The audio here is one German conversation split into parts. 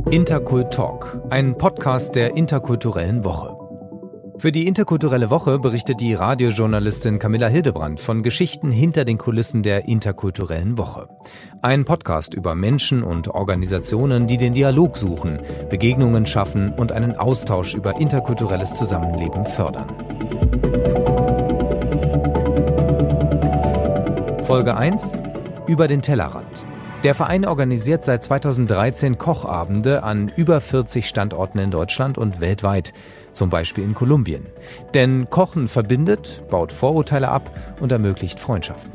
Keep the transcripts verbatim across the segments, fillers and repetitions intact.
Interkult Talk, ein Podcast der Interkulturellen Woche. Für die Interkulturelle Woche berichtet die Radiojournalistin Camilla Hildebrandt von Geschichten hinter den Kulissen der Interkulturellen Woche. Ein Podcast über Menschen und Organisationen, die den Dialog suchen, Begegnungen schaffen und einen Austausch über interkulturelles Zusammenleben fördern. Folge eins: Über den Tellerrand. Der Verein organisiert seit zweitausenddreizehn Kochabende an über vierzig Standorten in Deutschland und weltweit, zum Beispiel in Kolumbien. Denn Kochen verbindet, baut Vorurteile ab und ermöglicht Freundschaften.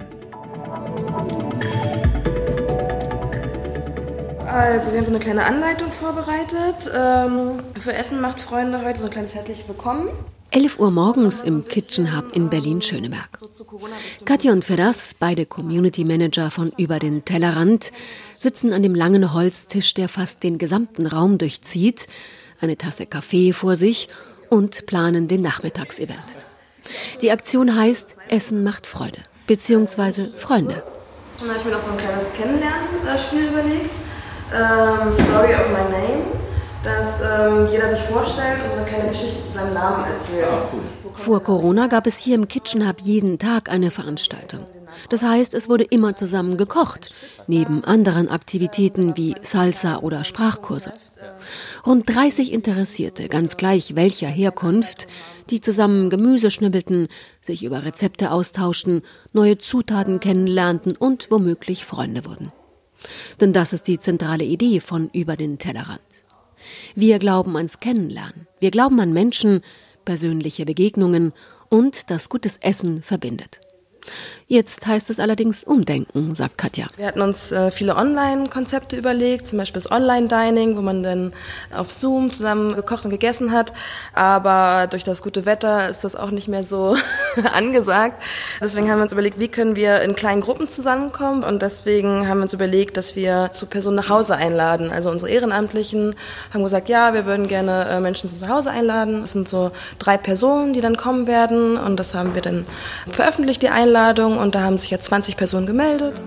Also wir haben so eine kleine Anleitung vorbereitet. Ähm, für Essen macht Freunde heute so ein kleines herzliches Willkommen. elf Uhr morgens im Kitchen Hub in Berlin-Schöneberg. Katja und Feras, beide Community Manager von Über den Tellerrand, sitzen an dem langen Holztisch, der fast den gesamten Raum durchzieht, eine Tasse Kaffee vor sich und planen den Nachmittagsevent. Die Aktion heißt Essen macht Freude, beziehungsweise Freunde. Dann habe ich mir noch so ein kleines Kennenlernspiel überlegt. Ähm, Story of my name. Dass ähm, jeder sich vorstellt und eine kleine Geschichte zu seinem Namen erzählt. Ah, cool. Vor Corona gab es hier im Kitchen Hub jeden Tag eine Veranstaltung. Das heißt, es wurde immer zusammen gekocht, neben anderen Aktivitäten wie Salsa oder Sprachkurse. Rund dreißig Interessierte, ganz gleich welcher Herkunft, die zusammen Gemüse schnibbelten, sich über Rezepte austauschten, neue Zutaten kennenlernten und womöglich Freunde wurden. Denn das ist die zentrale Idee von Über den Tellerrand. Wir glauben ans Kennenlernen. Wir glauben an Menschen, persönliche Begegnungen und dass gutes Essen verbindet. Jetzt heißt es allerdings umdenken, sagt Katja. Wir hatten uns äh, viele Online-Konzepte überlegt, zum Beispiel das Online-Dining, wo man dann auf Zoom zusammen gekocht und gegessen hat. Aber durch das gute Wetter ist das auch nicht mehr so angesagt. Deswegen haben wir uns überlegt, wie können wir in kleinen Gruppen zusammenkommen. Und deswegen haben wir uns überlegt, dass wir zu Personen nach Hause einladen. Also unsere Ehrenamtlichen haben gesagt, ja, wir würden gerne äh, Menschen zu Hause einladen. Es sind so drei Personen, die dann kommen werden. Und das haben wir dann veröffentlicht, die Einladung. Und da haben sich ja zwanzig Personen gemeldet.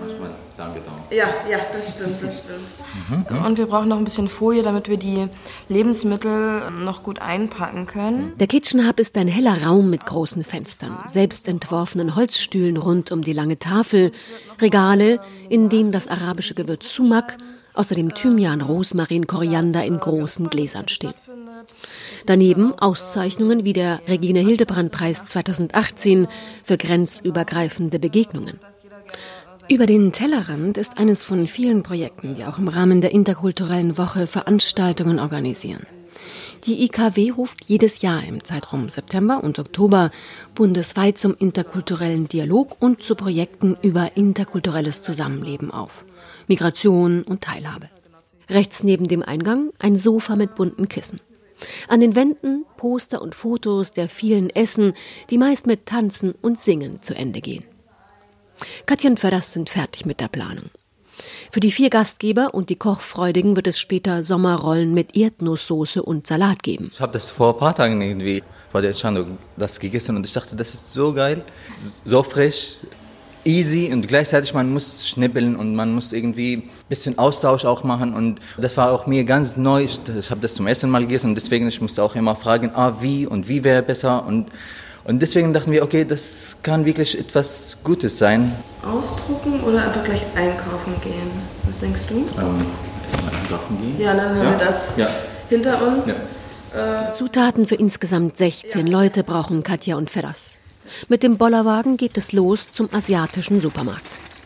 Ja, ja, das stimmt, das stimmt. Mhm. Und wir brauchen noch ein bisschen Folie, damit wir die Lebensmittel noch gut einpacken können. Der Kitchen Hub ist ein heller Raum mit großen Fenstern, selbst entworfenen Holzstühlen rund um die lange Tafel, Regale, in denen das arabische Gewürz Sumak, außerdem Thymian, Rosmarin, Koriander in großen Gläsern stehen. Daneben Auszeichnungen wie der Regine-Hildebrandt-Preis zweitausendachtzehn für grenzübergreifende Begegnungen. Über den Tellerrand ist eines von vielen Projekten, die auch im Rahmen der Interkulturellen Woche Veranstaltungen organisieren. Die I K W ruft jedes Jahr im Zeitraum September und Oktober bundesweit zum interkulturellen Dialog und zu Projekten über interkulturelles Zusammenleben auf. Migration und Teilhabe. Rechts neben dem Eingang ein Sofa mit bunten Kissen. An den Wänden Poster und Fotos der vielen Essen, die meist mit Tanzen und Singen zu Ende gehen. Katja und Feras sind fertig mit der Planung. Für die vier Gastgeber und die Kochfreudigen wird es später Sommerrollen mit Erdnusssoße und Salat geben. Ich habe das vor ein paar Tagen irgendwie vor der Entscheidung das gegessen und ich dachte, das ist so geil, so frisch, easy und gleichzeitig man muss schnippeln und man muss irgendwie ein bisschen Austausch auch machen und das war auch mir ganz neu. Ich, ich habe das zum ersten Mal gegessen und deswegen ich musste auch immer fragen, ah wie und wie wäre besser und und deswegen dachten wir, okay, das kann wirklich etwas Gutes sein. Ausdrucken oder einfach gleich einkaufen gehen? Was denkst du? Ähm, erstmal einkaufen gehen. Ja, dann haben ja. wir das ja. hinter uns. Ja. Äh, Zutaten für insgesamt sechzehn ja. Leute brauchen Katja und Feras. Mit dem Bollerwagen geht es los zum asiatischen Supermarkt.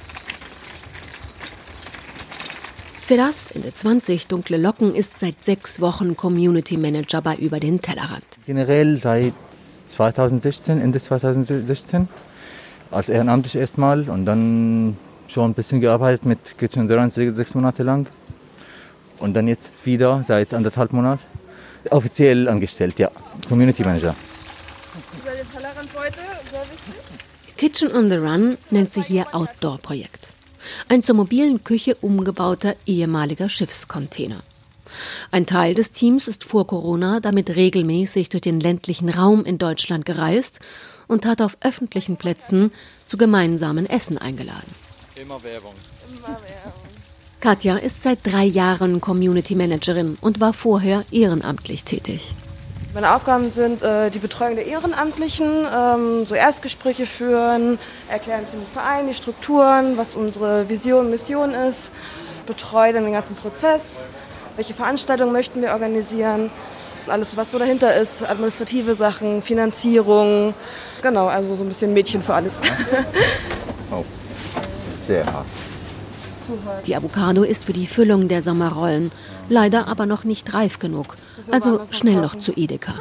Feras, Ende zwanzig, dunkle Locken, ist seit sechs Wochen Community Manager bei Über den Tellerrand. Generell seit zweitausendsechzehn, Ende zweitausendsechzehn, als ehrenamtlich erstmal und dann schon ein bisschen gearbeitet mit Kitchen on the Run sechs Monate lang und dann jetzt wieder seit anderthalb Monaten offiziell angestellt, ja, Community Manager. Über den Tellerrand heute, sehr wichtig. Kitchen on the Run nennt sich hier Outdoor-Projekt. Ein zur mobilen Küche umgebauter ehemaliger Schiffscontainer. Ein Teil des Teams ist vor Corona damit regelmäßig durch den ländlichen Raum in Deutschland gereist und hat auf öffentlichen Plätzen zu gemeinsamen Essen eingeladen. Immer Werbung. Immer Werbung. Katja ist seit drei Jahren Community Managerin und war vorher ehrenamtlich tätig. Meine Aufgaben sind äh, die Betreuung der Ehrenamtlichen, ähm, so Erstgespräche führen, erklären zum Verein die Strukturen, was unsere Vision, Mission ist, betreue dann den ganzen Prozess, welche Veranstaltungen möchten wir organisieren, alles was so dahinter ist, administrative Sachen, Finanzierung, genau, also so ein bisschen Mädchen für alles. Oh, sehr hart. Die Avocado ist für die Füllung der Sommerrollen, leider aber noch nicht reif genug. Also schnell noch zu Edeka.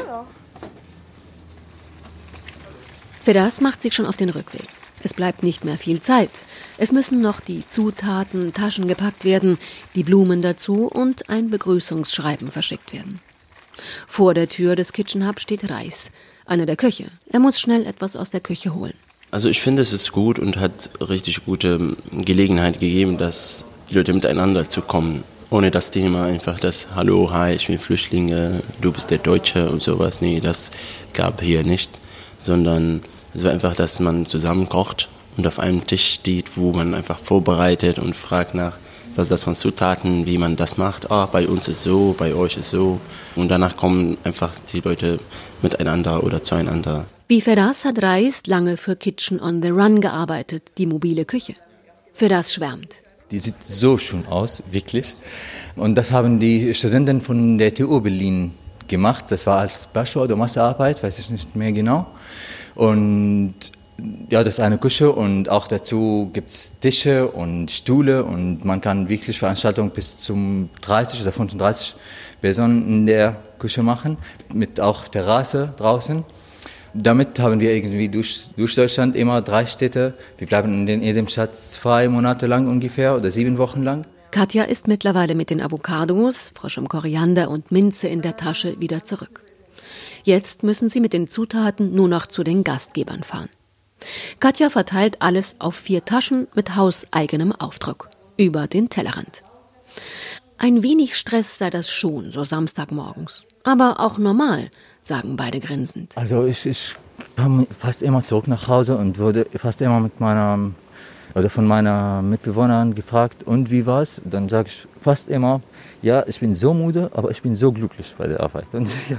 Firdauß macht sich schon auf den Rückweg. Es bleibt nicht mehr viel Zeit. Es müssen noch die Zutaten, Taschen gepackt werden, die Blumen dazu und ein Begrüßungsschreiben verschickt werden. Vor der Tür des Kitchen Hub steht Reis, einer der Köche. Er muss schnell etwas aus der Küche holen. Also ich finde, es ist gut und hat richtig gute Gelegenheit gegeben, dass die Leute miteinander zu kommen. Ohne das Thema einfach das Hallo, hi, ich bin Flüchtlinge, du bist der Deutsche und sowas. Nee, das gab hier nicht. Sondern es war einfach, dass man zusammen kocht und auf einem Tisch steht, wo man einfach vorbereitet und fragt nach, was ist das von Zutaten, wie man das macht. Ah, bei uns ist so, bei euch ist so. Und danach kommen einfach die Leute miteinander oder zueinander. Wie Firdauß hat Reis lange für Kitchen on the Run gearbeitet, die mobile Küche. Firdauß schwärmt. Die sieht so schön aus, wirklich. Und das haben die Studenten von der T U Berlin gemacht. Das war als Bachelor- oder Masterarbeit, weiß ich nicht mehr genau. Und ja, das ist eine Küche und auch dazu gibt es Tische und Stühle und man kann wirklich Veranstaltungen bis zum dreißig oder fünfunddreißig Personen in der Küche machen, mit auch Terrasse draußen. Damit haben wir irgendwie durch, durch Deutschland immer drei Städte. Wir bleiben in jedem Stadt zwei Monate lang ungefähr oder sieben Wochen lang. Katja ist mittlerweile mit den Avocados, frischem Koriander und Minze in der Tasche wieder zurück. Jetzt müssen sie mit den Zutaten nur noch zu den Gastgebern fahren. Katja verteilt alles auf vier Taschen mit hauseigenem Aufdruck über den Tellerrand. Ein wenig Stress sei das schon, so Samstagmorgens. Aber auch normal, sagen beide grinsend. Also ich, ich kam fast immer zurück nach Hause und wurde fast immer mit meiner, oder von meiner Mitbewohnerin gefragt, und wie war's? Dann sage ich fast immer, ja, ich bin so müde, aber ich bin so glücklich bei der Arbeit. Und, ja.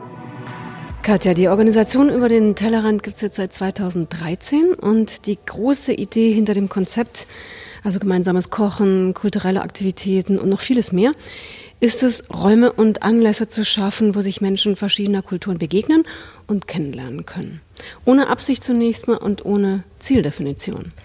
Katja, die Organisation über den Tellerrand gibt es jetzt seit zweitausenddreizehn und die große Idee hinter dem Konzept, also gemeinsames Kochen, kulturelle Aktivitäten und noch vieles mehr, ist es, Räume und Anlässe zu schaffen, wo sich Menschen verschiedener Kulturen begegnen und kennenlernen können. Ohne Absicht zunächst mal und ohne Zieldefinition.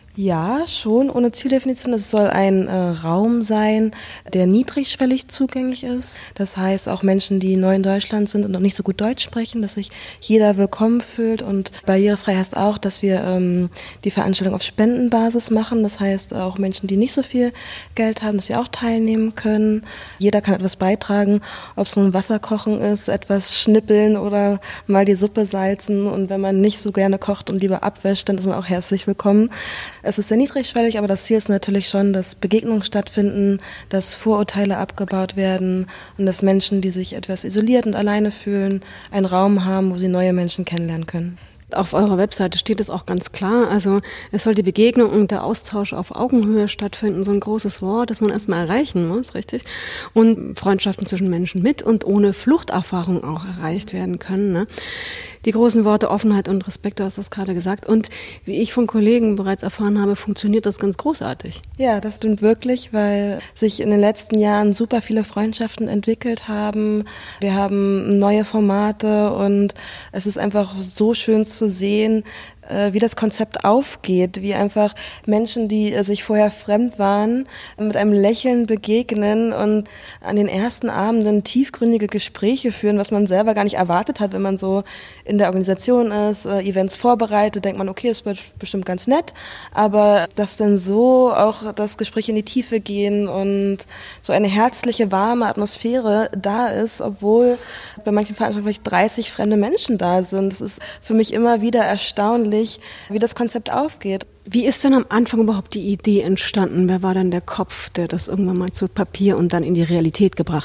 Ja, schon ohne Zieldefinition. Es soll ein äh, Raum sein, der niedrigschwellig zugänglich ist. Das heißt, auch Menschen, die neu in Deutschland sind und noch nicht so gut Deutsch sprechen, dass sich jeder willkommen fühlt. Und barrierefrei heißt auch, dass wir ähm, die Veranstaltung auf Spendenbasis machen. Das heißt, auch Menschen, die nicht so viel Geld haben, dass sie auch teilnehmen können. Jeder kann etwas beitragen, ob es nun Wasser kochen ist, etwas schnippeln oder mal die Suppe salzen. Und wenn man nicht so gerne kocht und lieber abwäscht, dann ist man auch herzlich willkommen. Es ist sehr niedrigschwellig, aber das Ziel ist natürlich schon, dass Begegnungen stattfinden, dass Vorurteile abgebaut werden und dass Menschen, die sich etwas isoliert und alleine fühlen, einen Raum haben, wo sie neue Menschen kennenlernen können. Auf eurer Webseite steht es auch ganz klar, also es soll die Begegnung und der Austausch auf Augenhöhe stattfinden, so ein großes Wort, das man erstmal erreichen muss, richtig? Und Freundschaften zwischen Menschen mit und ohne Fluchterfahrung auch erreicht werden können, ne? Die großen Worte Offenheit und Respekt, du hast das gerade gesagt. Und wie ich von Kollegen bereits erfahren habe, funktioniert das ganz großartig. Ja, das stimmt wirklich, weil sich in den letzten Jahren super viele Freundschaften entwickelt haben. Wir haben neue Formate und es ist einfach so schön zu sehen, wie das Konzept aufgeht, wie einfach Menschen, die sich vorher fremd waren, mit einem Lächeln begegnen und an den ersten Abenden tiefgründige Gespräche führen, was man selber gar nicht erwartet hat, wenn man so in der Organisation ist, Events vorbereitet, denkt man, okay, es wird bestimmt ganz nett, aber dass dann so auch das Gespräch in die Tiefe gehen und so eine herzliche, warme Atmosphäre da ist, obwohl bei manchen Veranstaltungen vielleicht dreißig fremde Menschen da sind. Das ist für mich immer wieder erstaunlich, wie das Konzept aufgeht. Wie ist denn am Anfang überhaupt die Idee entstanden? Wer war denn der Kopf, der das irgendwann mal zu Papier und dann in die Realität gebracht hat?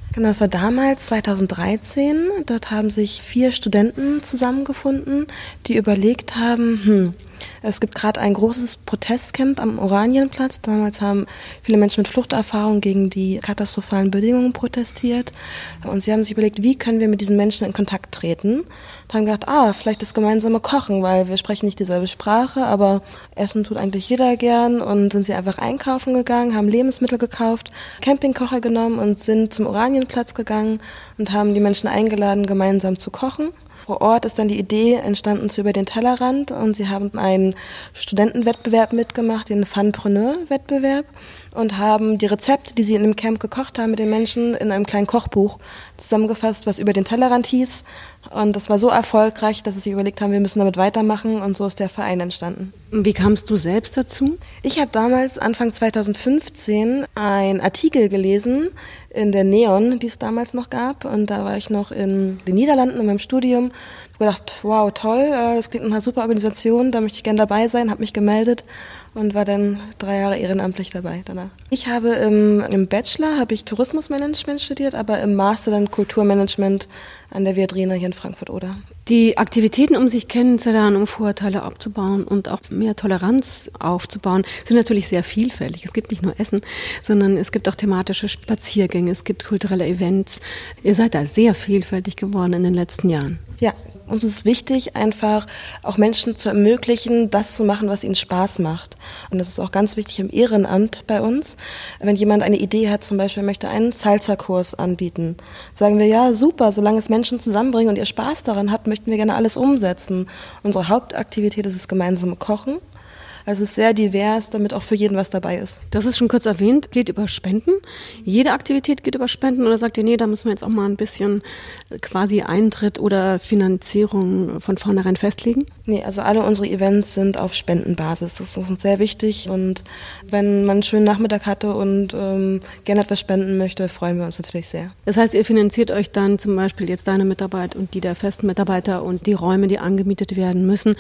Genau, das war damals zweitausenddreizehn. Dort haben sich vier Studenten zusammengefunden, die überlegt haben, hm, es gibt gerade ein großes Protestcamp am Oranienplatz. Damals haben viele Menschen mit Fluchterfahrung gegen die katastrophalen Bedingungen protestiert. Und sie haben sich überlegt, wie können wir mit diesen Menschen in Kontakt treten. Und haben gedacht, ah, vielleicht das gemeinsame Kochen, weil wir sprechen nicht dieselbe Sprache, aber Essen tut eigentlich jeder gern. Und sind sie einfach einkaufen gegangen, haben Lebensmittel gekauft, Campingkocher genommen und sind zum Oranienplatz gegangen und haben die Menschen eingeladen, gemeinsam zu kochen. Vor Ort ist dann die Idee entstanden zu Über den Tellerrand und sie haben einen Studentenwettbewerb mitgemacht, den Funpreneur-Wettbewerb und haben die Rezepte, die sie in dem Camp gekocht haben mit den Menschen, in einem kleinen Kochbuch zusammengefasst, was Über den Tellerrand hieß. Und das war so erfolgreich, dass sie sich überlegt haben, wir müssen damit weitermachen und so ist der Verein entstanden. Wie kamst du selbst dazu? Ich habe damals, Anfang zweitausendfünfzehn, einen Artikel gelesen in der Neon, die es damals noch gab. Und da war ich noch in den Niederlanden in meinem Studium. Ich habe gedacht, wow, toll, das klingt nach einer super Organisation, da möchte ich gerne dabei sein, habe mich gemeldet und war dann drei Jahre ehrenamtlich dabei danach. Ich habe im, im Bachelor habe ich Tourismusmanagement studiert, aber im Master dann Kulturmanagement an der Viadrina hier in Frankfurt-Oder. Die Aktivitäten, um sich kennenzulernen, um Vorurteile abzubauen und auch mehr Toleranz aufzubauen, sind natürlich sehr vielfältig. Es gibt nicht nur Essen, sondern es gibt auch thematische Spaziergänge, es gibt kulturelle Events. Ihr seid da sehr vielfältig geworden in den letzten Jahren. Ja, uns ist wichtig, einfach auch Menschen zu ermöglichen, das zu machen, was ihnen Spaß macht. Und das ist auch ganz wichtig im Ehrenamt bei uns. Wenn jemand eine Idee hat, zum Beispiel möchte einen Salsa-Kurs anbieten, sagen wir, ja, super, solange es Menschen zusammenbringen und ihr Spaß daran habt, möchten wir gerne alles umsetzen. Unsere Hauptaktivität ist das gemeinsame Kochen. Also es ist sehr divers, damit auch für jeden was dabei ist. Das ist schon kurz erwähnt, geht über Spenden. Jede Aktivität geht über Spenden oder sagt ihr, nee, da müssen wir jetzt auch mal ein bisschen quasi Eintritt oder Finanzierung von vornherein festlegen? Nee, also alle unsere Events sind auf Spendenbasis. Das ist uns sehr wichtig und wenn man einen schönen Nachmittag hatte und ähm, gerne etwas spenden möchte, freuen wir uns natürlich sehr. Das heißt, ihr finanziert euch dann zum Beispiel jetzt deine Mitarbeit und die der festen Mitarbeiter und die Räume, die angemietet werden müssen,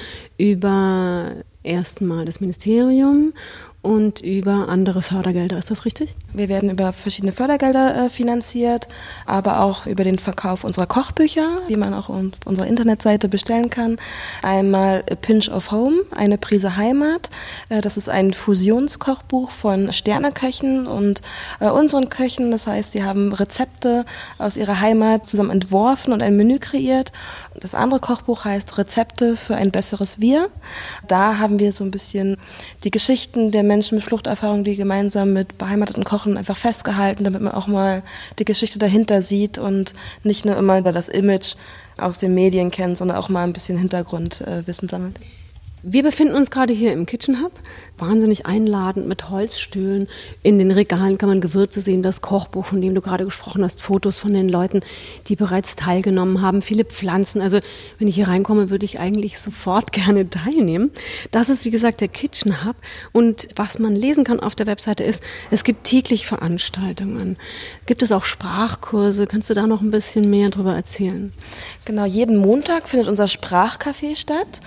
über erstmal das Ministerium und über andere Fördergelder. Ist das richtig? Wir werden über verschiedene Fördergelder äh, finanziert, aber auch über den Verkauf unserer Kochbücher, die man auch auf unserer Internetseite bestellen kann. Einmal A Pinch of Home, eine Prise Heimat. Äh, das ist ein Fusionskochbuch von Sterneköchen und äh, unseren Köchen. Das heißt, sie haben Rezepte aus ihrer Heimat zusammen entworfen und ein Menü kreiert. Das andere Kochbuch heißt Rezepte für ein besseres Wir. Da haben wir so ein bisschen die Geschichten der Menschen mit Fluchterfahrung, die gemeinsam mit beheimateten Kochen einfach festgehalten, damit man auch mal die Geschichte dahinter sieht und nicht nur immer das Image aus den Medien kennt, sondern auch mal ein bisschen Hintergrundwissen sammelt. Wir befinden uns gerade hier im Kitchen Hub, wahnsinnig einladend mit Holzstühlen. In den Regalen kann man Gewürze sehen, das Kochbuch, von dem du gerade gesprochen hast, Fotos von den Leuten, die bereits teilgenommen haben, viele Pflanzen. Also wenn ich hier reinkomme, würde ich eigentlich sofort gerne teilnehmen. Das ist, wie gesagt, der Kitchen Hub. Und was man lesen kann auf der Webseite ist, es gibt täglich Veranstaltungen. Gibt es auch Sprachkurse? Kannst du da noch ein bisschen mehr drüber erzählen? Genau, jeden Montag findet unser Sprachcafé statt.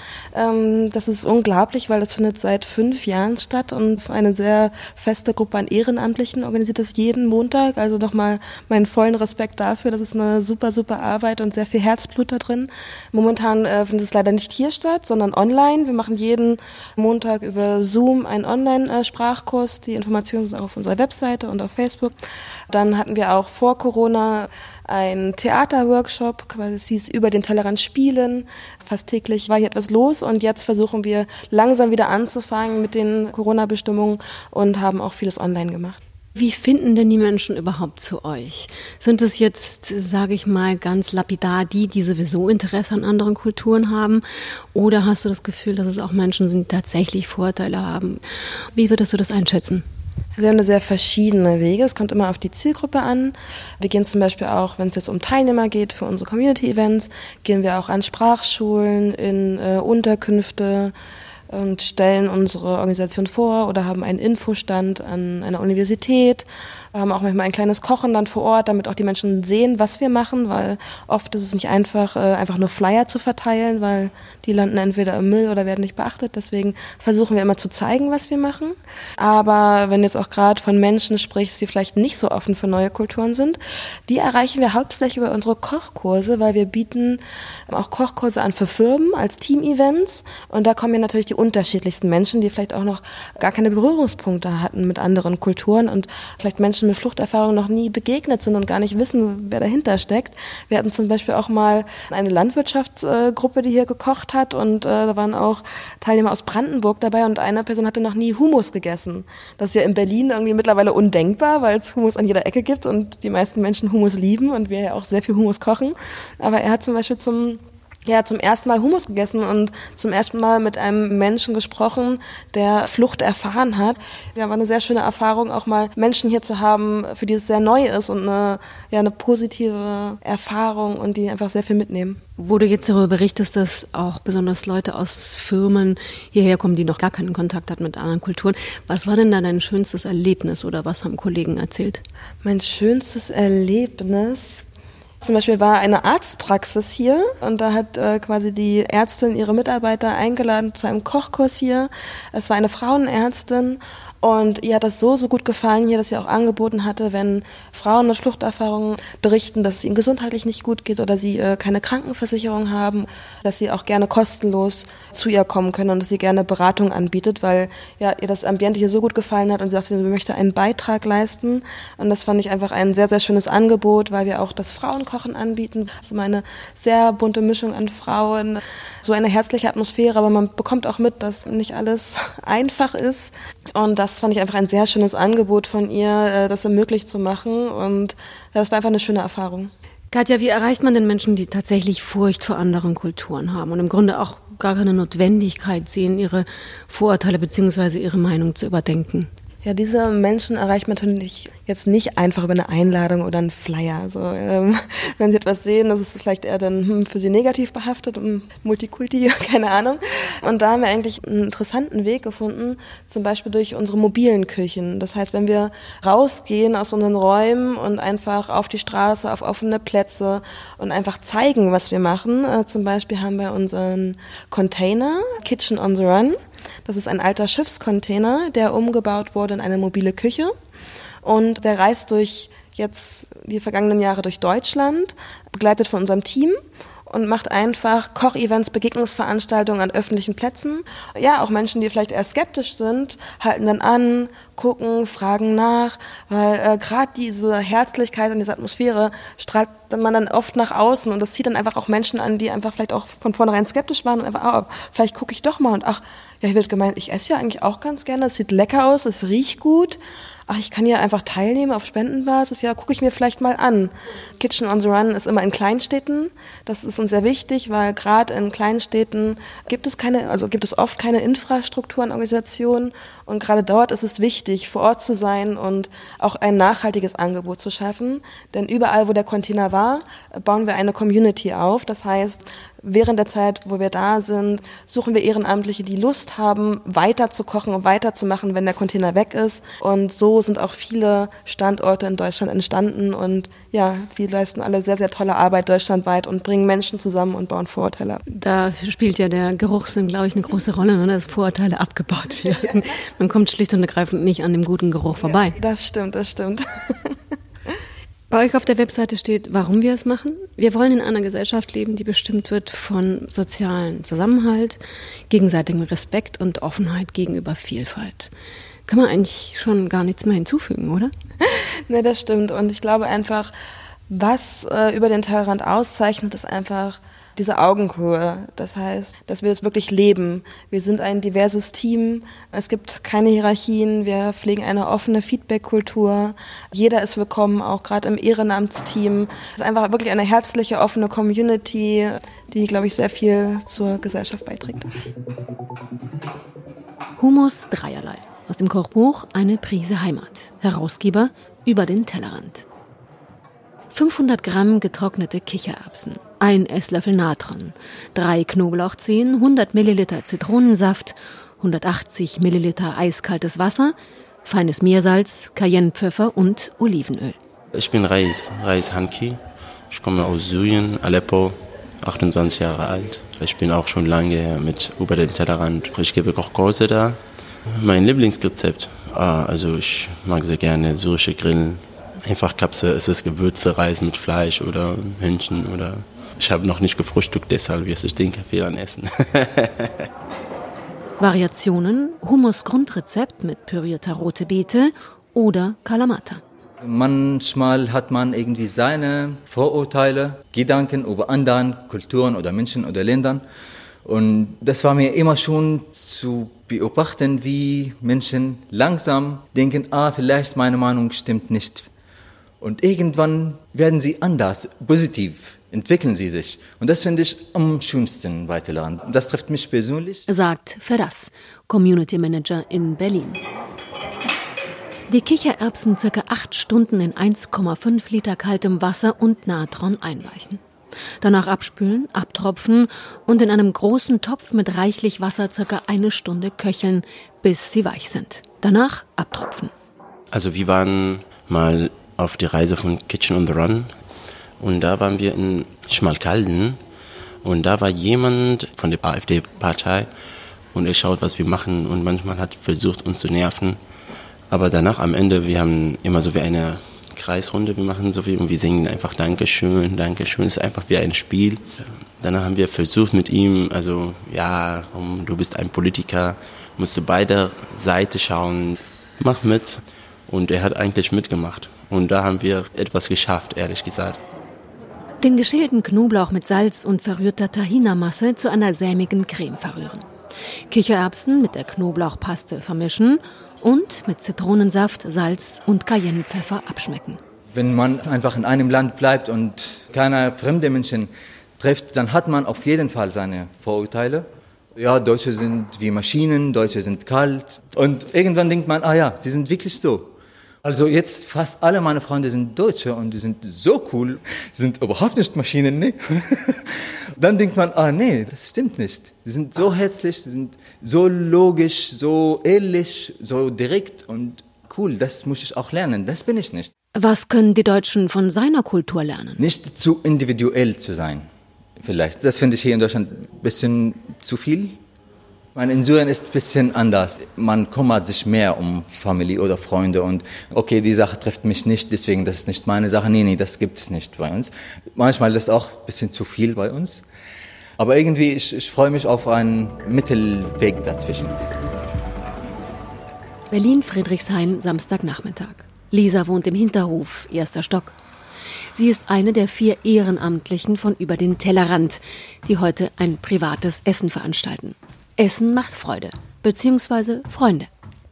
Das ist unglaublich, weil das findet seit fünf Jahren statt und eine sehr feste Gruppe an Ehrenamtlichen organisiert das jeden Montag. Also nochmal meinen vollen Respekt dafür. Das ist eine super, super Arbeit und sehr viel Herzblut da drin. Momentan äh, findet es leider nicht hier statt, sondern online. Wir machen jeden Montag über Zoom einen Online-Sprachkurs. Die Informationen sind auch auf unserer Webseite und auf Facebook. Dann hatten wir auch vor Corona ein Theaterworkshop, quasi es hieß Über den Tellerrand spielen. Fast täglich war hier etwas los und jetzt versuchen wir langsam wieder anzufangen mit den Corona-Bestimmungen und haben auch vieles online gemacht. Wie finden denn die Menschen überhaupt zu euch? Sind es jetzt, sage ich mal, ganz lapidar die, die sowieso Interesse an anderen Kulturen haben? Oder hast du das Gefühl, dass es auch Menschen sind, die tatsächlich Vorteile haben? Wie würdest du das einschätzen? Wir haben da sehr verschiedene Wege. Es kommt immer auf die Zielgruppe an. Wir gehen zum Beispiel auch, wenn es jetzt um Teilnehmer geht für unsere Community-Events, gehen wir auch an Sprachschulen, in äh, Unterkünfte und stellen unsere Organisation vor oder haben einen Infostand an einer Universität Wir haben auch manchmal ein kleines Kochen dann vor Ort, damit auch die Menschen sehen, was wir machen, weil oft ist es nicht einfach, einfach nur Flyer zu verteilen, weil die landen entweder im Müll oder werden nicht beachtet. Deswegen versuchen wir immer zu zeigen, was wir machen. Aber wenn du jetzt auch gerade von Menschen sprichst, die vielleicht nicht so offen für neue Kulturen sind, die erreichen wir hauptsächlich über unsere Kochkurse, weil wir bieten auch Kochkurse an für Firmen als Team-Events. Und da kommen ja natürlich die unterschiedlichsten Menschen, die vielleicht auch noch gar keine Berührungspunkte hatten mit anderen Kulturen und vielleicht Menschen mit Fluchterfahrung noch nie begegnet sind und gar nicht wissen, wer dahinter steckt. Wir hatten zum Beispiel auch mal eine Landwirtschaftsgruppe, die hier gekocht hat und äh, da waren auch Teilnehmer aus Brandenburg dabei und eine Person hatte noch nie Hummus gegessen. Das ist ja in Berlin irgendwie mittlerweile undenkbar, weil es Hummus an jeder Ecke gibt und die meisten Menschen Hummus lieben und wir ja auch sehr viel Hummus kochen. Aber er hat zum Beispiel zum Ja, zum ersten Mal Hummus gegessen und zum ersten Mal mit einem Menschen gesprochen, der Flucht erfahren hat. Ja, war eine sehr schöne Erfahrung, auch mal Menschen hier zu haben, für die es sehr neu ist und eine, ja, eine positive Erfahrung und die einfach sehr viel mitnehmen. Wo du jetzt darüber berichtest, dass auch besonders Leute aus Firmen hierher kommen, die noch gar keinen Kontakt hatten mit anderen Kulturen. Was war denn da dein schönstes Erlebnis oder was haben Kollegen erzählt? Mein schönstes Erlebnis... Zum Beispiel war eine Arztpraxis hier und da hat äh, quasi die Ärztin ihre Mitarbeiter eingeladen zu einem Kochkurs hier. Es war eine Frauenärztin und ihr hat das so, so gut gefallen hier, dass sie auch angeboten hatte, wenn Frauen mit Fluchterfahrungen berichten, dass es ihnen gesundheitlich nicht gut geht oder sie äh, keine Krankenversicherung haben, dass sie auch gerne kostenlos zu ihr kommen können und dass sie gerne Beratung anbietet, weil ja, ihr das Ambiente hier so gut gefallen hat und sie sagte, sie möchte einen Beitrag leisten. Und das fand ich einfach ein sehr, sehr schönes Angebot, weil wir auch das Frauenkochen anbieten. Das ist immer eine sehr bunte Mischung an Frauen, so eine herzliche Atmosphäre, aber man bekommt auch mit, dass nicht alles einfach ist. Und das fand ich einfach ein sehr schönes Angebot von ihr, das ermöglicht zu machen. Und das war einfach eine schöne Erfahrung. Katja, wie erreicht man denn Menschen, die tatsächlich Furcht vor anderen Kulturen haben und im Grunde auch gar keine Notwendigkeit sehen, ihre Vorurteile bzw. ihre Meinung zu überdenken? Ja, diese Menschen erreicht man natürlich jetzt nicht einfach über eine Einladung oder einen Flyer. Also, ähm, wenn sie etwas sehen, das ist vielleicht eher dann hm, für sie negativ behaftet, um Multikulti, keine Ahnung. Und da haben wir eigentlich einen interessanten Weg gefunden, zum Beispiel durch unsere mobilen Küchen. Das heißt, wenn wir rausgehen aus unseren Räumen und einfach auf die Straße, auf offene Plätze und einfach zeigen, was wir machen. Äh, zum Beispiel haben wir unseren Container, Kitchen on the Run. Das ist ein alter Schiffscontainer, der umgebaut wurde in eine mobile Küche und der reist durch jetzt die vergangenen Jahre durch Deutschland, begleitet von unserem Team und macht einfach Kochevents, Begegnungsveranstaltungen an öffentlichen Plätzen. Ja, auch Menschen, die vielleicht eher skeptisch sind, halten dann an, gucken, fragen nach, weil äh, gerade diese Herzlichkeit und diese Atmosphäre strahlt man dann oft nach außen und das zieht dann einfach auch Menschen an, die einfach vielleicht auch von vornherein skeptisch waren und einfach, oh, vielleicht gucke ich doch mal und ach, ja, hier wird gemeint, ich esse ja eigentlich auch ganz gerne, es sieht lecker aus, es riecht gut. Ach, ich kann ja einfach teilnehmen auf Spendenbasis, ja, gucke ich mir vielleicht mal an. Kitchen on the Run ist immer in Kleinstädten. Das ist uns sehr wichtig, weil gerade in Kleinstädten gibt es keine, also gibt es oft keine Infrastruktur an Organisationen und gerade dort ist es wichtig, vor Ort zu sein und auch ein nachhaltiges Angebot zu schaffen. Denn überall, wo der Container war, bauen wir eine Community auf. Das heißt, während der Zeit, wo wir da sind, suchen wir Ehrenamtliche, die Lust haben, weiter zu kochen und weiterzumachen, wenn der Container weg ist. Und so sind auch viele Standorte in Deutschland entstanden. Und ja, sie leisten alle sehr, sehr tolle Arbeit deutschlandweit und bringen Menschen zusammen und bauen Vorurteile ab. Da spielt ja der Geruchssinn, glaube ich, eine große Rolle, ne, dass Vorurteile abgebaut werden. Man kommt schlicht und ergreifend nicht an dem guten Geruch vorbei. Ja, das stimmt, das stimmt. Bei euch auf der Webseite steht, warum wir es machen. Wir wollen in einer Gesellschaft leben, die bestimmt wird von sozialen Zusammenhalt, gegenseitigem Respekt und Offenheit gegenüber Vielfalt. Kann man eigentlich schon gar nichts mehr hinzufügen, oder? Ne, das stimmt. Und ich glaube einfach, was äh, über den Tellerrand auszeichnet, ist einfach diese Augenhöhe. Das heißt, dass wir das wirklich leben. Wir sind ein diverses Team. Es gibt keine Hierarchien. Wir pflegen eine offene Feedback-Kultur. Jeder ist willkommen, auch gerade im Ehrenamtsteam. Es ist einfach wirklich eine herzliche, offene Community, die, glaube ich, sehr viel zur Gesellschaft beiträgt. Hummus dreierlei. Aus dem Kochbuch Eine Prise Heimat. Herausgeber Über den Tellerrand. fünfhundert Gramm getrocknete Kichererbsen, ein Esslöffel Natron, drei Knoblauchzehen, hundert Milliliter Zitronensaft, hundertachtzig Milliliter eiskaltes Wasser, Feines Meersalz, Cayennepfeffer und Olivenöl. Ich bin Reis, Reis Hanki. Ich komme aus Syrien, Aleppo, achtundzwanzig Jahre alt. Ich bin auch schon lange mit über den Tellerrand. Ich gebe Kochkurse da. Mein Lieblingsrezept, ah, also ich mag sehr gerne syrische Grillen. Einfach Kapse, es ist Gewürze, Reis mit Fleisch oder Hühnchen oder... Ich habe noch nicht gefrühstückt, deshalb wirst ich den Kaffee dann essen. Variationen, Hummus-Grundrezept mit pürierter rote Beete oder Kalamata. Manchmal hat man irgendwie seine Vorurteile, Gedanken über andere Kulturen oder Menschen oder Länder. Und das war mir immer schon zu beobachten, wie Menschen langsam denken, ah, vielleicht meine Meinung stimmt nicht. Und irgendwann werden sie anders, positiv, entwickeln sie sich. Und das finde ich am schönsten weiterlernen. Das trifft mich persönlich. Sagt Ferraz, Community Manager in Berlin. Die Kichererbsen circa acht Stunden in eins Komma fünf Liter kaltem Wasser und Natron einweichen. Danach abspülen, abtropfen und in einem großen Topf mit reichlich Wasser circa eine Stunde köcheln, bis sie weich sind. Danach abtropfen. Also wir waren mal auf die Reise von Kitchen on the Run und da waren wir in Schmalkalden und da war jemand von der AfD-Partei und er schaut, was wir machen und manchmal hat versucht, uns zu nerven. Aber danach am Ende, wir haben immer so wie eine Kreisrunde, wir machen so viel und wir singen einfach Dankeschön, Dankeschön, es ist einfach wie ein Spiel. Danach haben wir versucht mit ihm, also ja, du bist ein Politiker, musst du beide Seiten schauen, mach mit. Und er hat eigentlich mitgemacht. Und da haben wir etwas geschafft, ehrlich gesagt. Den geschälten Knoblauch mit Salz und verrührter Tahina-Masse zu einer sämigen Creme verrühren. Kichererbsen mit der Knoblauchpaste vermischen und mit Zitronensaft, Salz und Cayennepfeffer abschmecken. Wenn man einfach in einem Land bleibt und keine fremden Menschen trifft, dann hat man auf jeden Fall seine Vorurteile. Ja, Deutsche sind wie Maschinen, Deutsche sind kalt. Und irgendwann denkt man, ah ja, die sind wirklich so. Also jetzt fast alle meine Freunde sind Deutsche und die sind so cool, sind überhaupt nicht Maschinen, ne? Dann denkt man, ah nee, das stimmt nicht. Die sind so herzlich, die sind so logisch, so ehrlich, so direkt und cool, das muss ich auch lernen, das bin ich nicht. Was können die Deutschen von seiner Kultur lernen? Nicht zu individuell zu sein, vielleicht. Das finde ich hier in Deutschland ein bisschen zu viel. In Syrien ist es ein bisschen anders. Man kümmert sich mehr um Familie oder Freunde und okay, die Sache trifft mich nicht, deswegen das ist nicht meine Sache. Nee, nee, das gibt es nicht bei uns. Manchmal ist das auch ein bisschen zu viel bei uns. Aber irgendwie, ich, ich freue mich auf einen Mittelweg dazwischen. Berlin-Friedrichshain, Samstagnachmittag. Lisa wohnt im Hinterhof, erster Stock. Sie ist eine der vier Ehrenamtlichen von Über den Tellerrand, die heute ein privates Essen veranstalten. Essen macht Freude, beziehungsweise Freunde.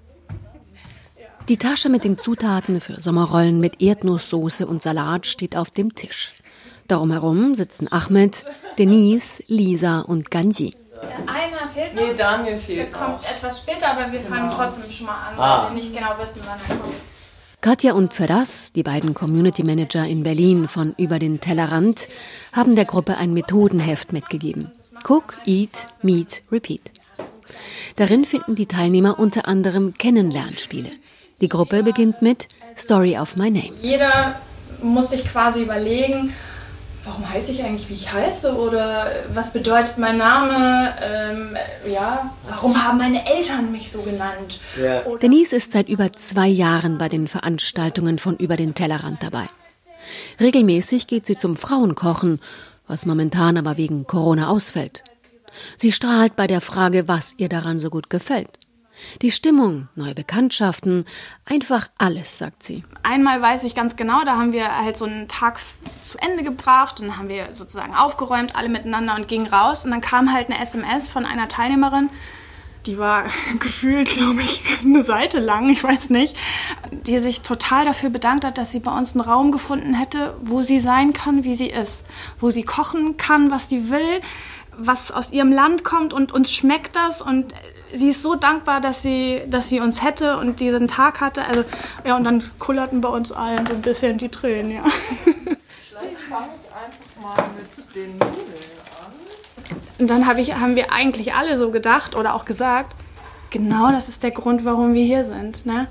Die Tasche mit den Zutaten für Sommerrollen mit Erdnusssoße und Salat steht auf dem Tisch. Darum herum sitzen Ahmed, Denise, Lisa und Ganji. Einer fehlt noch. Nee, Daniel fehlt Der kommt noch. etwas später, aber wir fangen genau. trotzdem schon mal an, weil Ah. wir nicht genau wissen, wann er kommt. Katja und Ferraz, die beiden Community Manager in Berlin von Über den Tellerrand, haben der Gruppe ein Methodenheft mitgegeben. Cook, Eat, Meet, Repeat. Darin finden die Teilnehmer unter anderem Kennenlernspiele. Die Gruppe beginnt mit Story of my name. Jeder muss sich quasi überlegen, warum heiße ich eigentlich, wie ich heiße, oder was bedeutet mein Name, ähm, ja, warum haben meine Eltern mich so genannt? Ja. Oder Denise ist seit über zwei Jahren bei den Veranstaltungen von Über den Tellerrand dabei. Regelmäßig geht sie zum Frauenkochen, was momentan aber wegen Corona ausfällt. Sie strahlt bei der Frage, was ihr daran so gut gefällt. Die Stimmung, neue Bekanntschaften, einfach alles, sagt sie. Einmal weiß ich ganz genau, da haben wir halt so einen Tag zu Ende gebracht und dann haben wir sozusagen aufgeräumt, alle miteinander und gingen raus. Und dann kam halt eine S M S von einer Teilnehmerin, die war gefühlt, glaube ich, eine Seite lang, ich weiß nicht, die sich total dafür bedankt hat, dass sie bei uns einen Raum gefunden hätte, wo sie sein kann, wie sie ist. Wo sie kochen kann, was sie will, was aus ihrem Land kommt und uns schmeckt das. Und sie ist so dankbar, dass sie, dass sie uns hätte und diesen Tag hatte. Also, ja, und dann kullerten bei uns allen so ein bisschen die Tränen, ja. Vielleicht fange ich einfach mal mit den Nudeln an. Und dann hab ich, haben wir eigentlich alle so gedacht oder auch gesagt, genau das ist der Grund, warum wir hier sind. Ne?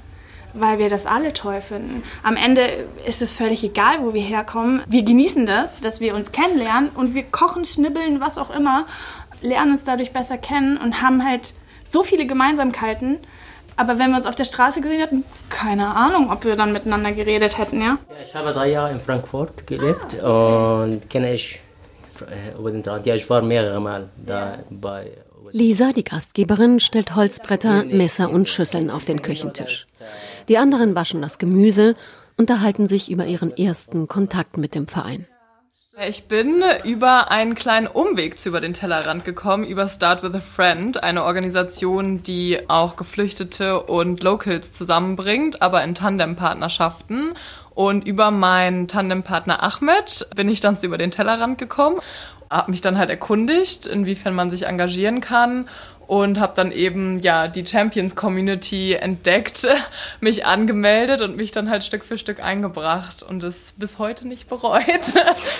weil wir das alle toll finden. Am Ende ist es völlig egal, wo wir herkommen. Wir genießen das, dass wir uns kennenlernen und wir kochen, schnibbeln, was auch immer, lernen uns dadurch besser kennen und haben halt so viele Gemeinsamkeiten. Aber wenn wir uns auf der Straße gesehen hätten, keine Ahnung, ob wir dann miteinander geredet hätten, ja? Ja, ich habe drei Jahre in Frankfurt gelebt ah. und kenne ich über den Tellerrand. Ja, ich war mehrere Mal da bei... Lisa, die Gastgeberin, stellt Holzbretter, Messer und Schüsseln auf den Küchentisch. Die anderen waschen das Gemüse, unterhalten sich über ihren ersten Kontakt mit dem Verein. Ich bin über einen kleinen Umweg zu Über den Tellerrand gekommen, über Start with a Friend, eine Organisation, die auch Geflüchtete und Locals zusammenbringt, aber in Tandempartnerschaften. Und über meinen Tandempartner Ahmed bin ich dann zu Über den Tellerrand gekommen, habe mich dann halt erkundigt, inwiefern man sich engagieren kann und habe dann eben ja die Champions-Community entdeckt, mich angemeldet und mich dann halt Stück für Stück eingebracht und es bis heute nicht bereut.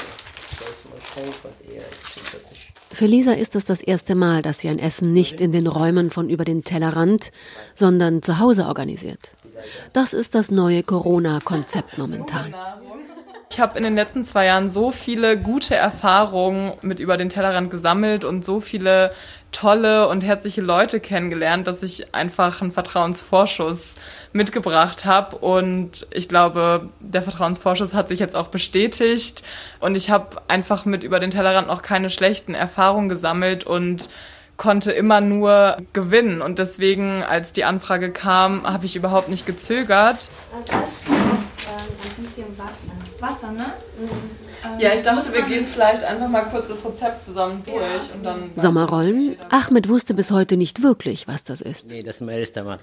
Für Lisa ist es das erste Mal, dass sie ein Essen nicht in den Räumen von Über den Tellerrand, sondern zu Hause organisiert. Das ist das neue Corona-Konzept momentan. Ich habe in den letzten zwei Jahren so viele gute Erfahrungen mit Über den Tellerrand gesammelt und so viele tolle und herzliche Leute kennengelernt, dass ich einfach einen Vertrauensvorschuss mitgebracht habe. Und ich glaube, der Vertrauensvorschuss hat sich jetzt auch bestätigt. Und ich habe einfach mit Über den Tellerrand noch keine schlechten Erfahrungen gesammelt und konnte immer nur gewinnen. Und deswegen, als die Anfrage kam, habe ich überhaupt nicht gezögert. Ein bisschen Wasser. Wasser, ne? Mhm. Ja, ich dachte, wir gehen vielleicht einfach mal kurz das Rezept zusammen durch. Ja. Und dann Sommerrollen? Ahmed wusste bis heute nicht wirklich, was das ist. Nee, das ist mein erster Mal.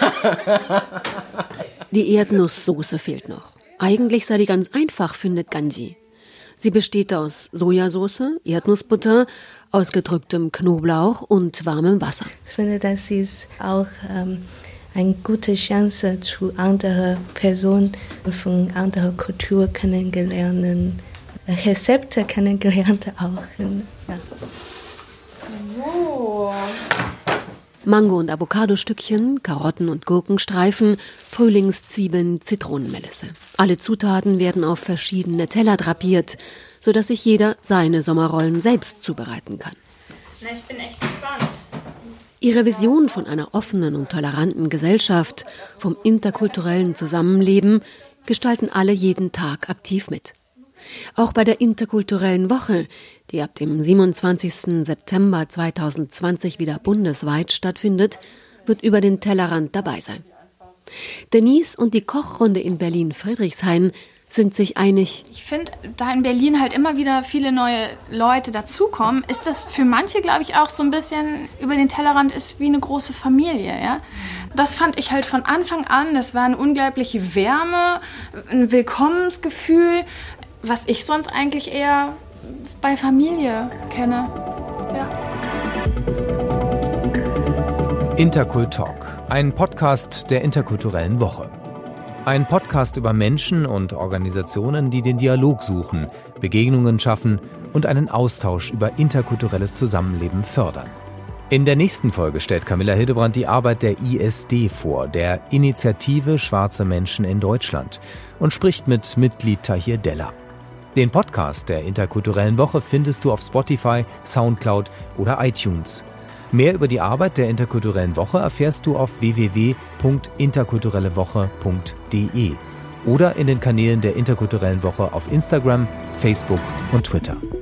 Die Erdnusssoße fehlt noch. Eigentlich sei die ganz einfach, findet Ganji. Sie besteht aus Sojasauce, Erdnussbutter, ausgedrücktem Knoblauch und warmem Wasser. Ich finde, das ist auch ähm, eine gute Chance, zu anderen Personen von anderer Kultur kennengelernt, Rezepte kennengelernt auch. Ja. So. Mango- und Avocadostückchen, Karotten- und Gurkenstreifen, Frühlingszwiebeln, Zitronenmelisse. Alle Zutaten werden auf verschiedene Teller drapiert, sodass sich jeder seine Sommerrollen selbst zubereiten kann. Na, ich bin echt gespannt. Ihre Vision von einer offenen und toleranten Gesellschaft, vom interkulturellen Zusammenleben, gestalten alle jeden Tag aktiv mit. Auch bei der interkulturellen Woche, die ab dem siebenundzwanzigsten September zweitausendzwanzig wieder bundesweit stattfindet, wird Über den Tellerrand dabei sein. Denise und die Kochrunde in Berlin-Friedrichshain sind sich einig. Ich finde, da in Berlin halt immer wieder viele neue Leute dazukommen, ist das für manche, glaube ich, auch so ein bisschen, Über den Tellerrand ist wie eine große Familie. Ja? Das fand ich halt von Anfang an, das war eine unglaubliche Wärme, ein Willkommensgefühl, was ich sonst eigentlich eher bei Familie kenne. Ja. Interkultalk, ein Podcast der interkulturellen Woche. Ein Podcast über Menschen und Organisationen, die den Dialog suchen, Begegnungen schaffen und einen Austausch über interkulturelles Zusammenleben fördern. In der nächsten Folge stellt Camilla Hildebrandt die Arbeit der I S D vor, der Initiative Schwarze Menschen in Deutschland, und spricht mit Mitglied Tahir Della. Den Podcast der interkulturellen Woche findest du auf Spotify, Soundcloud oder iTunes. Mehr über die Arbeit der interkulturellen Woche erfährst du auf w w w punkt interkulturelle woche punkt d e oder in den Kanälen der interkulturellen Woche auf Instagram, Facebook und Twitter.